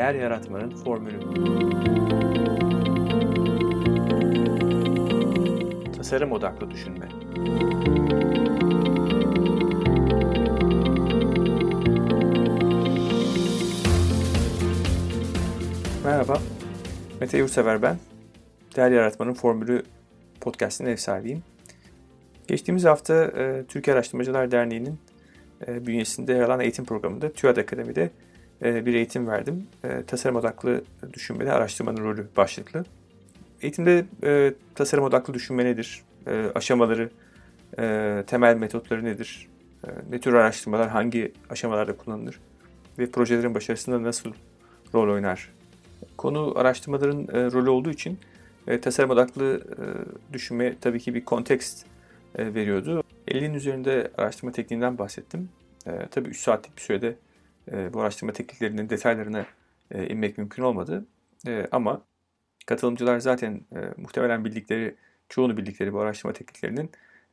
Değer yaratmanın formülü. Tasarım odaklı düşünme. Merhaba, Mete Yurtsever ben. Değer yaratmanın formülü podcast'inin ev sahibiyim. Geçtiğimiz hafta Türkiye Araştırmacılar Derneği'nin bünyesinde yer alan eğitim programında TÜYAD Akademi'de bir eğitim verdim. Tasarım odaklı düşünmede araştırmanın rolü başlıklı. Eğitimde tasarım odaklı düşünme nedir? Aşamaları, temel metotları nedir? Ne tür araştırmalar hangi aşamalarda kullanılır? Ve projelerin başarısında nasıl rol oynar? Konu araştırmaların rolü olduğu için tasarım odaklı düşünme tabii ki bir kontekst veriyordu. 50'nin üzerinde araştırma tekniğinden bahsettim. Tabii 3 saatlik bir sürede bu araştırma tekniklerinin detaylarına inmek mümkün olmadı. Ama katılımcılar zaten muhtemelen çoğunu bildikleri bu araştırma tekniklerinin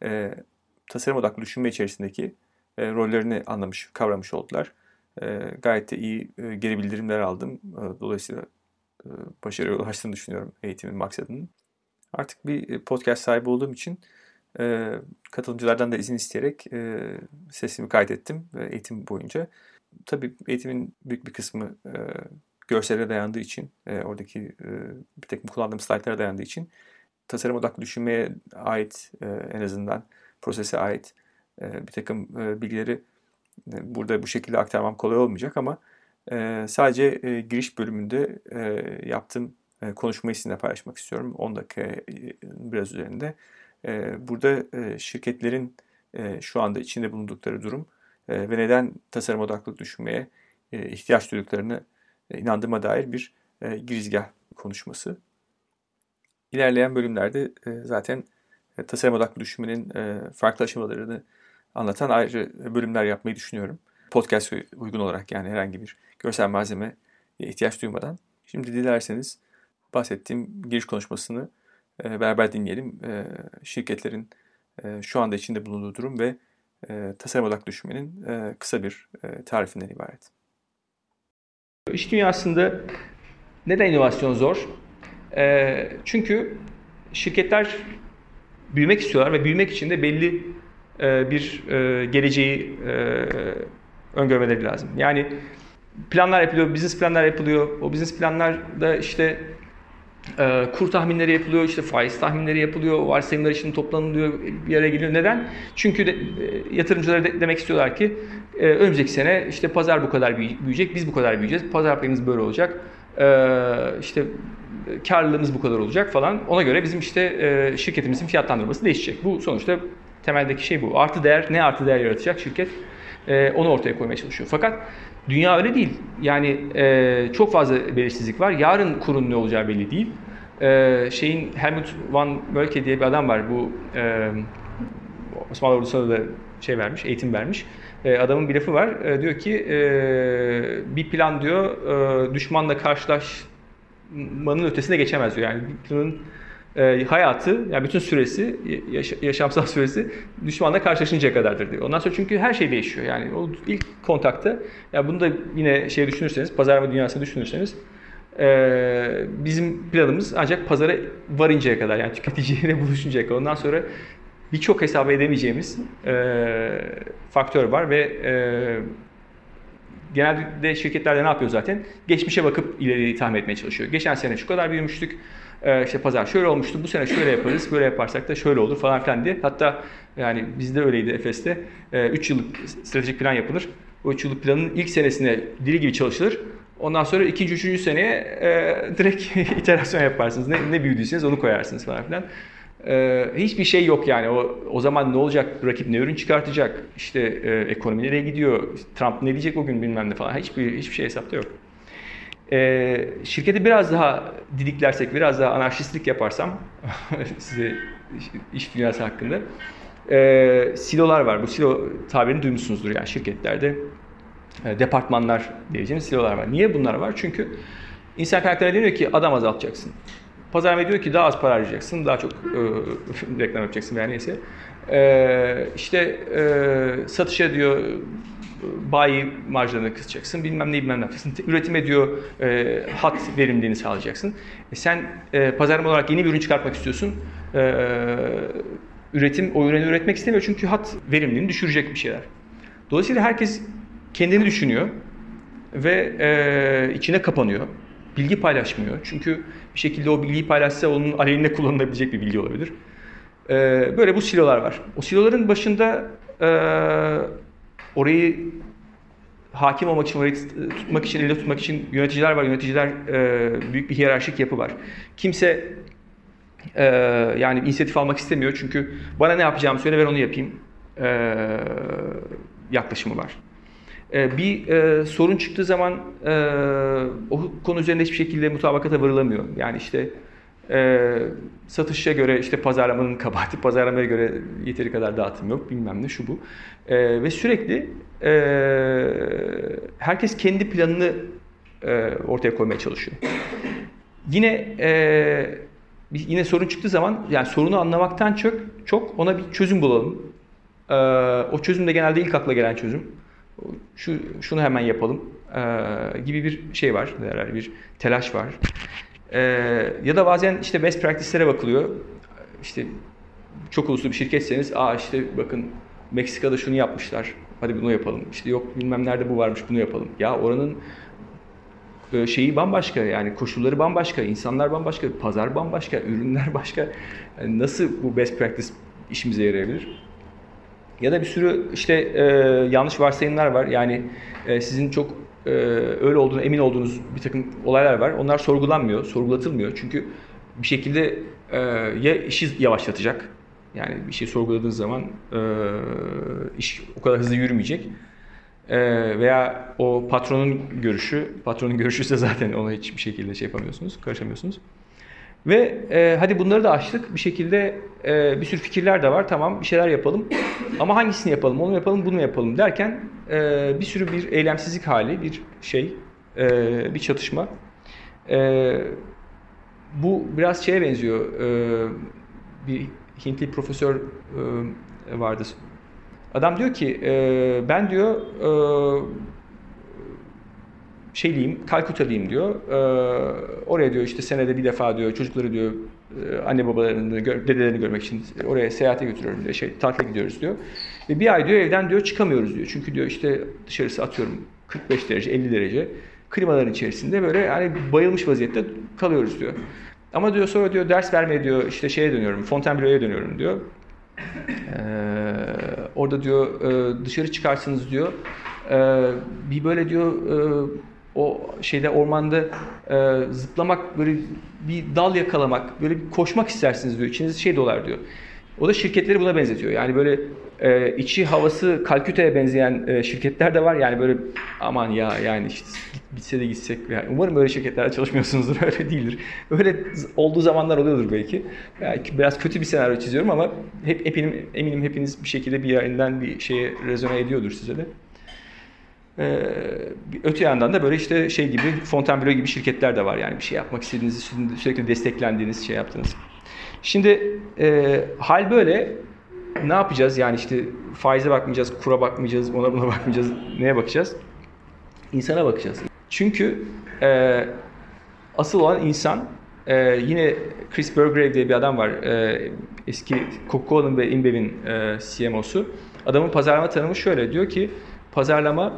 tasarım odaklı düşünme içerisindeki rollerini anlamış, kavramış oldular. Gayet de iyi geri bildirimler aldım. Dolayısıyla başarıya ulaştığını düşünüyorum eğitimin maksadının. Artık bir podcast sahibi olduğum için katılımcılardan da izin isteyerek sesimi kaydettim eğitim boyunca. Tabii eğitimin büyük bir kısmı görsele dayandığı için, oradaki bir takım kullandığım slaytlara dayandığı için tasarım odaklı düşünmeye ait, en azından prosese ait bir takım bilgileri burada bu şekilde aktarmam kolay olmayacak ama sadece giriş bölümünde yaptığım konuşmayı sizinle paylaşmak istiyorum. 10 dakika biraz üzerinde. Burada şirketlerin şu anda içinde bulundukları durum ve neden tasarım odaklı düşünmeye ihtiyaç duyduklarını inandığıma dair bir girizgah konuşması. İlerleyen bölümlerde zaten tasarım odaklı düşünmenin farklı aşamalarını anlatan ayrı bölümler yapmayı düşünüyorum. Podcast uygun olarak, yani herhangi bir görsel malzeme ihtiyaç duymadan. Şimdi dilerseniz bahsettiğim giriş konuşmasını beraber dinleyelim. Şirketlerin şu anda içinde bulunduğu durum ve tasarım odaklı düşünmenin kısa bir tarifinden ibaret. İş dünyasında neden inovasyon zor? Çünkü şirketler büyümek istiyorlar ve büyümek için de belli bir geleceği öngörmeleri lazım. Yani planlar yapılıyor, business planlar yapılıyor. O business planlarda işte kur tahminleri yapılıyor, işte faiz tahminleri yapılıyor, varsayımlar için toplanılıyor, bir araya geliyor. Neden? Çünkü yatırımcılara demek istiyorlar ki önümüzdeki sene işte pazar bu kadar büyüyecek, biz bu kadar büyüyeceğiz, pazar payımız böyle olacak, işte karlılığımız bu kadar olacak falan. Ona göre bizim işte şirketimizin fiyatlandırması değişecek. Bu sonuçta temeldeki şey bu. Artı değer, ne artı değer yaratacak şirket? Onu ortaya koymaya çalışıyor. Fakat dünya öyle değil. Yani çok fazla belirsizlik var. Yarın kurun ne olacağı belli değil. Helmut von Moltke diye bir adam var. Bu Osmanlı ordusuna da eğitim vermiş. Adamın bir lafı var. Diyor ki bir plan diyor düşmanla karşılaşmanın ötesine geçemez diyor. Yani bir planın hayatı, yani bütün süresi, yaşamsal süresi düşmanla karşılaşıncaya kadardır diyor. Ondan sonra çünkü her şey değişiyor. Yani o ilk kontakta, ya bunu da yine düşünürseniz, pazarlama dünyasını düşünürseniz, bizim planımız ancak pazara varıncaya kadar, yani tüketiciyle buluşuncaya kadar. Ondan sonra birçok hesap edemeyeceğimiz faktör var ve genelde şirketlerde ne yapıyor zaten? Geçmişe bakıp ileriyi tahmin etmeye çalışıyor. Geçen sene şu kadar büyümüştük. İşte pazar şöyle olmuştu, bu sene şöyle yaparız, böyle yaparsak da şöyle olur falan filan diye. Hatta yani bizde öyleydi Efes'te. 3 yıllık stratejik plan yapılır. O 3 yıllık planın ilk senesine deli gibi çalışılır. Ondan sonra 2. 3. seneye direkt iterasyon yaparsınız. Ne büyüdüyseniz onu koyarsınız falan filan. Hiçbir şey yok yani. O zaman ne olacak? Rakip ne ürün çıkartacak? İşte ekonomi nereye gidiyor? Trump ne diyecek o gün bilmem ne falan. Hiçbir şey hesapta yok. Şirketi biraz daha didiklersek, biraz daha anarşistlik yaparsam size iş dünyası hakkında silolar var. Bu silo tabirini duymuşsunuzdur yani şirketlerde. Departmanlar diyeceğimiz silolar var. Niye bunlar var? Çünkü insan kaynakları deniyor ki adam azaltacaksın. Pazarlama diyor ki daha az para harcayacaksın, daha çok reklam yapacaksın veya neyse. Satışa diyor bayi marjlarını kısacaksın, bilmem ne yapacaksın. Üretime diyor hat verimliliğini sağlayacaksın. Sen pazarlama olarak yeni bir ürün çıkartmak istiyorsun. O ürünü üretmek istemiyor çünkü hat verimliliğini düşürecek bir şeyler. Dolayısıyla herkes kendini düşünüyor ve içine kapanıyor. Bilgi paylaşmıyor. Çünkü bir şekilde o bilgiyi paylaşsa onun aleyhine kullanılabilecek bir bilgi olabilir. Böyle bu silolar var. O siloların başında orayı hakim olmak için, orayı tutmak için, elde tutmak için yöneticiler var. Yöneticiler büyük bir hiyerarşik yapı var. Kimse yani inisiyatif almak istemiyor çünkü bana ne yapacağımı söyle, ben onu yapayım yaklaşımı var. Bir sorun çıktığı zaman o konu üzerinde hiçbir şekilde mutabakata varılamıyor. Yani işte satışa göre işte pazarlamanın kabahati, pazarlamaya göre yeteri kadar dağıtım yok, bilmem ne şu bu. Ve sürekli herkes kendi planını ortaya koymaya çalışıyor. Yine sorun çıktığı zaman yani sorunu anlamaktan çok ona bir çözüm bulalım. O çözüm de genelde ilk akla gelen çözüm. Şunu hemen yapalım gibi bir şey var, bir telaş var. Ya da bazen işte best practice'lere bakılıyor. İşte çok uluslu bir şirketseniz, işte bakın Meksika'da şunu yapmışlar, hadi bunu yapalım. İşte yok bilmem nerede bu varmış, bunu yapalım. Ya oranın şeyi bambaşka, yani koşulları bambaşka, insanlar bambaşka, pazar bambaşka, ürünler başka. Yani nasıl bu best practice işimize yarayabilir? Ya da bir sürü işte yanlış varsayımlar var. Yani sizin çok öyle olduğunu emin olduğunuz bir takım olaylar var. Onlar sorgulanmıyor, sorgulatılmıyor. Çünkü bir şekilde ya işi yavaşlatacak. Yani bir şey sorguladığınız zaman iş o kadar hızlı yürümeyecek. Veya o patronun görüşü ise zaten ona hiçbir şekilde şey yapamıyorsunuz, karışamıyorsunuz. Ve hadi bunları da açtık. Bir şekilde bir sürü fikirler de var. Tamam bir şeyler yapalım. Ama hangisini yapalım? Onu mu yapalım, bunu mu yapalım derken bir sürü bir eylemsizlik hali, bir çatışma. Bu biraz şeye benziyor. Bir Hintli profesör vardı. Adam diyor ki ben diyor Kalkuta'lıyım diyor. Oraya diyor işte senede bir defa diyor çocukları diyor anne babalarını, dedelerini görmek için oraya seyahate götürüyorum diyor. Tatile gidiyoruz diyor. Ve bir ay diyor evden diyor çıkamıyoruz diyor. Çünkü diyor işte dışarısı atıyorum 45 derece, 50 derece. Klimaların içerisinde böyle yani bayılmış vaziyette kalıyoruz diyor. Ama diyor sonra diyor ders vermeye diyor işte şeye dönüyorum, Fontainebleau'ya dönüyorum diyor. Orada diyor dışarı çıkarsınız diyor. Bir böyle diyor o ormanda zıplamak, böyle bir dal yakalamak, böyle bir koşmak istersiniz diyor. İçiniz dolar diyor. O da şirketleri buna benzetiyor. Yani böyle içi havası Kalküta'ya benzeyen şirketler de var. Yani böyle aman ya yani işte bitse de gitsek. Yani umarım böyle şirketlerde çalışmıyorsunuzdur. Öyle değildir. Öyle olduğu zamanlar oluyordur belki. Yani biraz kötü bir senaryo çiziyorum ama eminim hepiniz bir şekilde bir yerinden bir şeye rezone ediyordur size de. Öte yandan da böyle işte gibi Fontainebleau gibi şirketler de var. Yani bir şey yapmak istediğiniz, sürekli desteklendiğiniz şey yaptınız. Şimdi hal böyle. Ne yapacağız? Yani işte faize bakmayacağız, kura bakmayacağız, ona buna bakmayacağız. Neye bakacağız? İnsana bakacağız. Çünkü asıl olan insan, yine Chris Burgrave diye bir adam var. Eski Coca-Cola'nın ve InBev'in CMO'su. Adamın pazarlama tanımı şöyle diyor ki pazarlama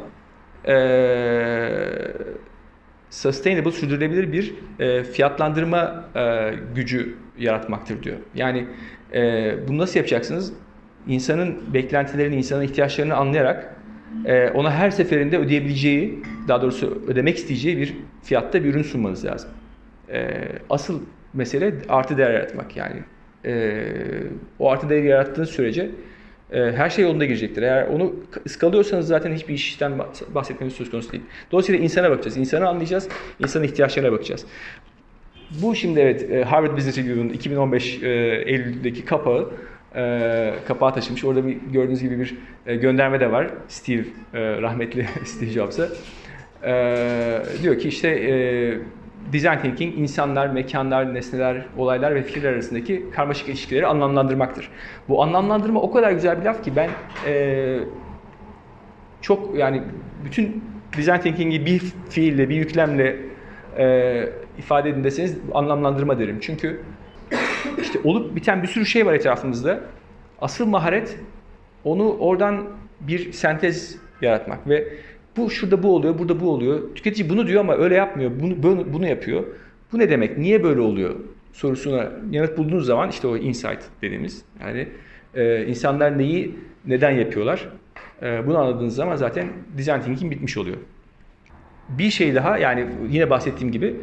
sustainable, sürdürülebilir bir fiyatlandırma gücü yaratmaktır diyor. Yani bunu nasıl yapacaksınız? İnsanın beklentilerini, insanın ihtiyaçlarını anlayarak ona her seferinde ödeyebileceği, daha doğrusu ödemek isteyeceği bir fiyatta bir ürün sunmanız lazım. Asıl mesele artı değer yaratmak. Yani o artı değer yarattığınız sürece her şey yolunda girecektir. Eğer onu ıskalıyorsanız zaten hiçbir işten bahsetmemiz söz konusu değil. Dolayısıyla insana bakacağız, insanı anlayacağız, insanın ihtiyaçlarına bakacağız. Bu şimdi evet Harvard Business Review'un 2015 Eylül'deki kapağı taşımış. Orada gördüğünüz gibi bir gönderme de var. Rahmetli Steve Jobs'a. Diyor ki işte design thinking insanlar, mekanlar, nesneler, olaylar ve fikirler arasındaki karmaşık ilişkileri anlamlandırmaktır. Bu anlamlandırma o kadar güzel bir laf ki ben çok yani bütün design thinking'i bir fiille, bir yüklemle ifade edin deseniz anlamlandırma derim. Çünkü işte olup biten bir sürü şey var etrafımızda. Asıl maharet onu oradan bir sentez yaratmak ve bu şurada bu oluyor, burada bu oluyor. Tüketici bunu diyor ama öyle yapmıyor. Bunu yapıyor. Bu ne demek? Niye böyle oluyor? Sorusuna yanıt bulduğunuz zaman işte o insight dediğimiz yani insanlar neyi neden yapıyorlar? Bunu anladığınız zaman zaten design thinking bitmiş oluyor. Bir şey daha yani yine bahsettiğim gibi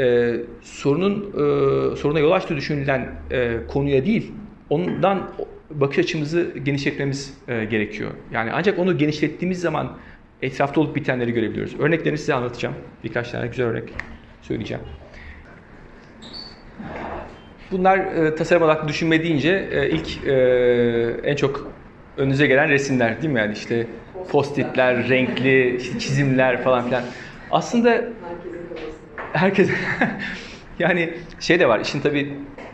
soruna yol açtığı düşünülen konuya değil ondan bakış açımızı genişletmemiz gerekiyor. Yani ancak onu genişlettiğimiz zaman etrafta olup bitenleri görebiliyoruz. Örneklerini size anlatacağım. Birkaç tane güzel örnek söyleyeceğim. Bunlar tasarım odaklı düşünme deyince ilk en çok önünüze gelen resimler değil mi? Yani işte post-itler, renkli işte çizimler falan filan. Aslında herkes yani şey de var işin tabii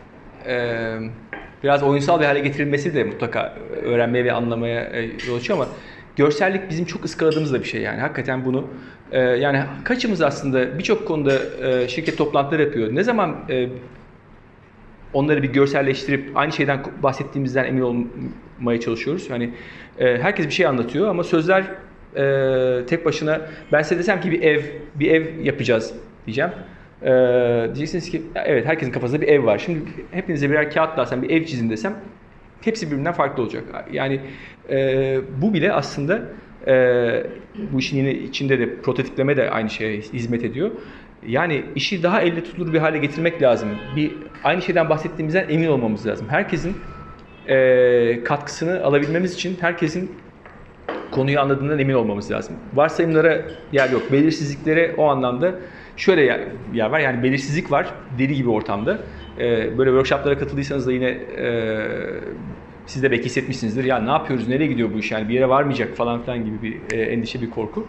biraz oyunsal bir hale getirilmesi de mutlaka öğrenmeye ve anlamaya yol açıyor ama görsellik bizim çok ıskaladığımız da bir şey yani. Hakikaten bunu yani kaçımız aslında birçok konuda şirket toplantıları yapıyor. Ne zaman onları bir görselleştirip aynı şeyden bahsettiğimizden emin olmaya çalışıyoruz. Yani herkes bir şey anlatıyor ama sözler tek başına ben size desem ki bir ev yapacağız diyeceğim. Diyeceksiniz ki evet herkesin kafasında bir ev var. Şimdi hepinize birer kağıt dağıtsam bir ev çizin desem hepsi birbirinden farklı olacak. Yani bu bile aslında bu işin yine içinde de prototipleme de aynı şeye hizmet ediyor. Yani işi daha elle tutulur bir hale getirmek lazım. Aynı şeyden bahsettiğimizden emin olmamız lazım. Herkesin katkısını alabilmemiz için herkesin konuyu anladığından emin olmamız lazım. Varsayımlara yer yok. Belirsizliklere o anlamda şöyle yer var. Yani belirsizlik var deli gibi ortamda. Böyle workshoplara katıldıysanız da yine siz de belki hissetmişsinizdir. Ya ne yapıyoruz, nereye gidiyor bu iş? Yani bir yere varmayacak falan filan gibi bir endişe, bir korku.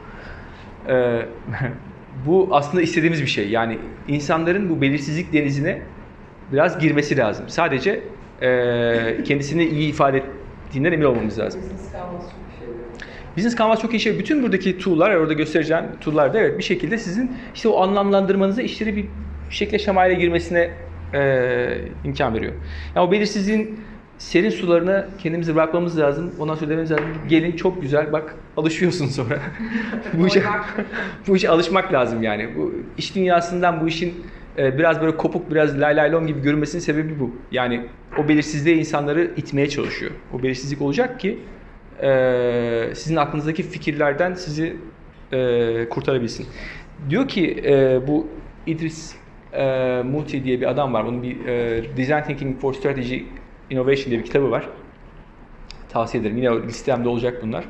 Bu aslında istediğimiz bir şey. Yani insanların bu belirsizlik denizine biraz girmesi lazım. Sadece kendisini iyi ifade ettiğinden emin olmamız lazım. Business Canvas çok iyi şey. Bütün buradaki tool'lar, orada göstereceğim tool'lar da evet bir şekilde sizin işte o anlamlandırmanızı işleri bir şekilde şemayla girmesine imkan veriyor. Yani o belirsizliğin serin sularına kendimizi bırakmamız lazım. Ondan sonra dememiz lazım. Gelin çok güzel bak alışıyorsun sonra. bu işe alışmak lazım yani. Bu iş dünyasından bu işin biraz böyle kopuk, biraz lay lay lom gibi görünmesinin sebebi bu. Yani o belirsizliğe insanları itmeye çalışıyor. O belirsizlik olacak ki sizin aklınızdaki fikirlerden sizi kurtarabilsin. Diyor ki bu Idris Muti diye bir adam var. Bunun bir Design Thinking for Strategy Innovation diye bir kitabı var. Tavsiye ederim. Yine listemde olacak bunlar.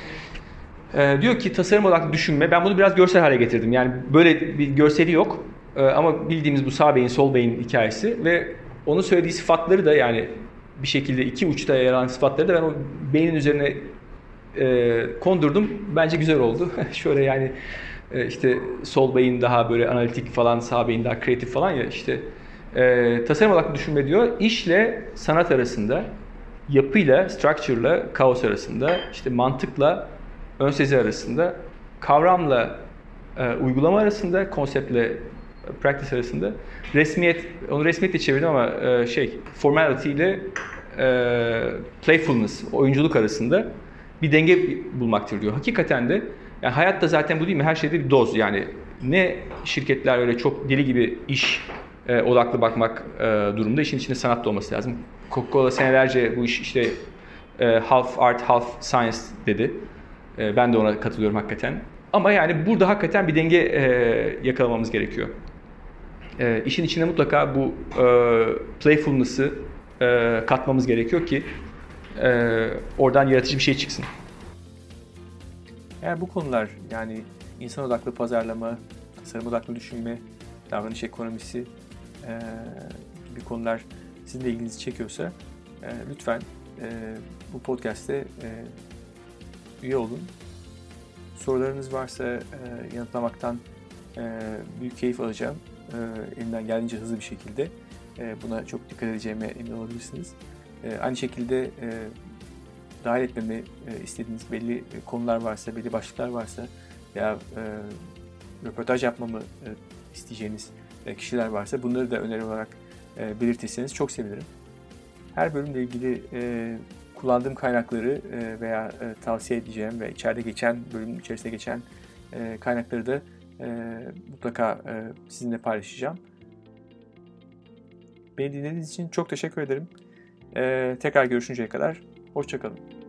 Diyor ki tasarım odaklı düşünme. Ben bunu biraz görsel hale getirdim. Yani böyle bir görseli yok. Ama bildiğimiz bu sağ beyin, sol beyin hikayesi ve onun söylediği sıfatları da yani bir şekilde iki uçta yer alan sıfatları da ben o beynin üzerine kondurdum. Bence güzel oldu. Şöyle yani işte sol beyin daha böyle analitik falan, sağ beyin daha kreatif falan ya işte tasarım odaklı düşünme diyor. İşle sanat arasında, yapıyla, structure'la kaos arasında, işte mantıkla ön sezi arasında, kavramla uygulama arasında, konseptle practice arasında, onu resmiyetle çevirdim ama formality ile playfulness, oyunculuk arasında bir denge bulmaktır diyor. Hakikaten de yani hayatta zaten bu değil mi? Her şeyde bir doz yani. Ne şirketler öyle çok deli gibi iş odaklı bakmak durumda. İşin içinde sanat da olması lazım. Coca-Cola senelerce bu iş işte half art, half science dedi. Ben de ona katılıyorum hakikaten. Ama yani burada hakikaten bir denge yakalamamız gerekiyor. İşin içine mutlaka bu playfulness'ı katmamız gerekiyor ki oradan yaratıcı bir şey çıksın. Eğer bu konular yani insan odaklı pazarlama, tasarım odaklı düşünme, davranış ekonomisi gibi konular sizin de ilginizi çekiyorsa lütfen bu podcast'te üye olun. Sorularınız varsa yanıtlamaktan büyük keyif alacağım. Elimden geldiğince hızlı bir şekilde buna çok dikkat edeceğime emin olabilirsiniz. Aynı şekilde dahil etmemi istediğiniz belli konular varsa, belli başlıklar varsa veya röportaj yapmamı isteyeceğiniz kişiler varsa bunları da öneri olarak belirtirseniz çok sevinirim. Her bölümle ilgili kullandığım kaynakları veya tavsiye edeceğim ve bölümün içerisinde geçen kaynakları da mutlaka sizinle paylaşacağım. Beni dinlediğiniz için çok teşekkür ederim. Tekrar görüşünceye kadar hoşça kalın.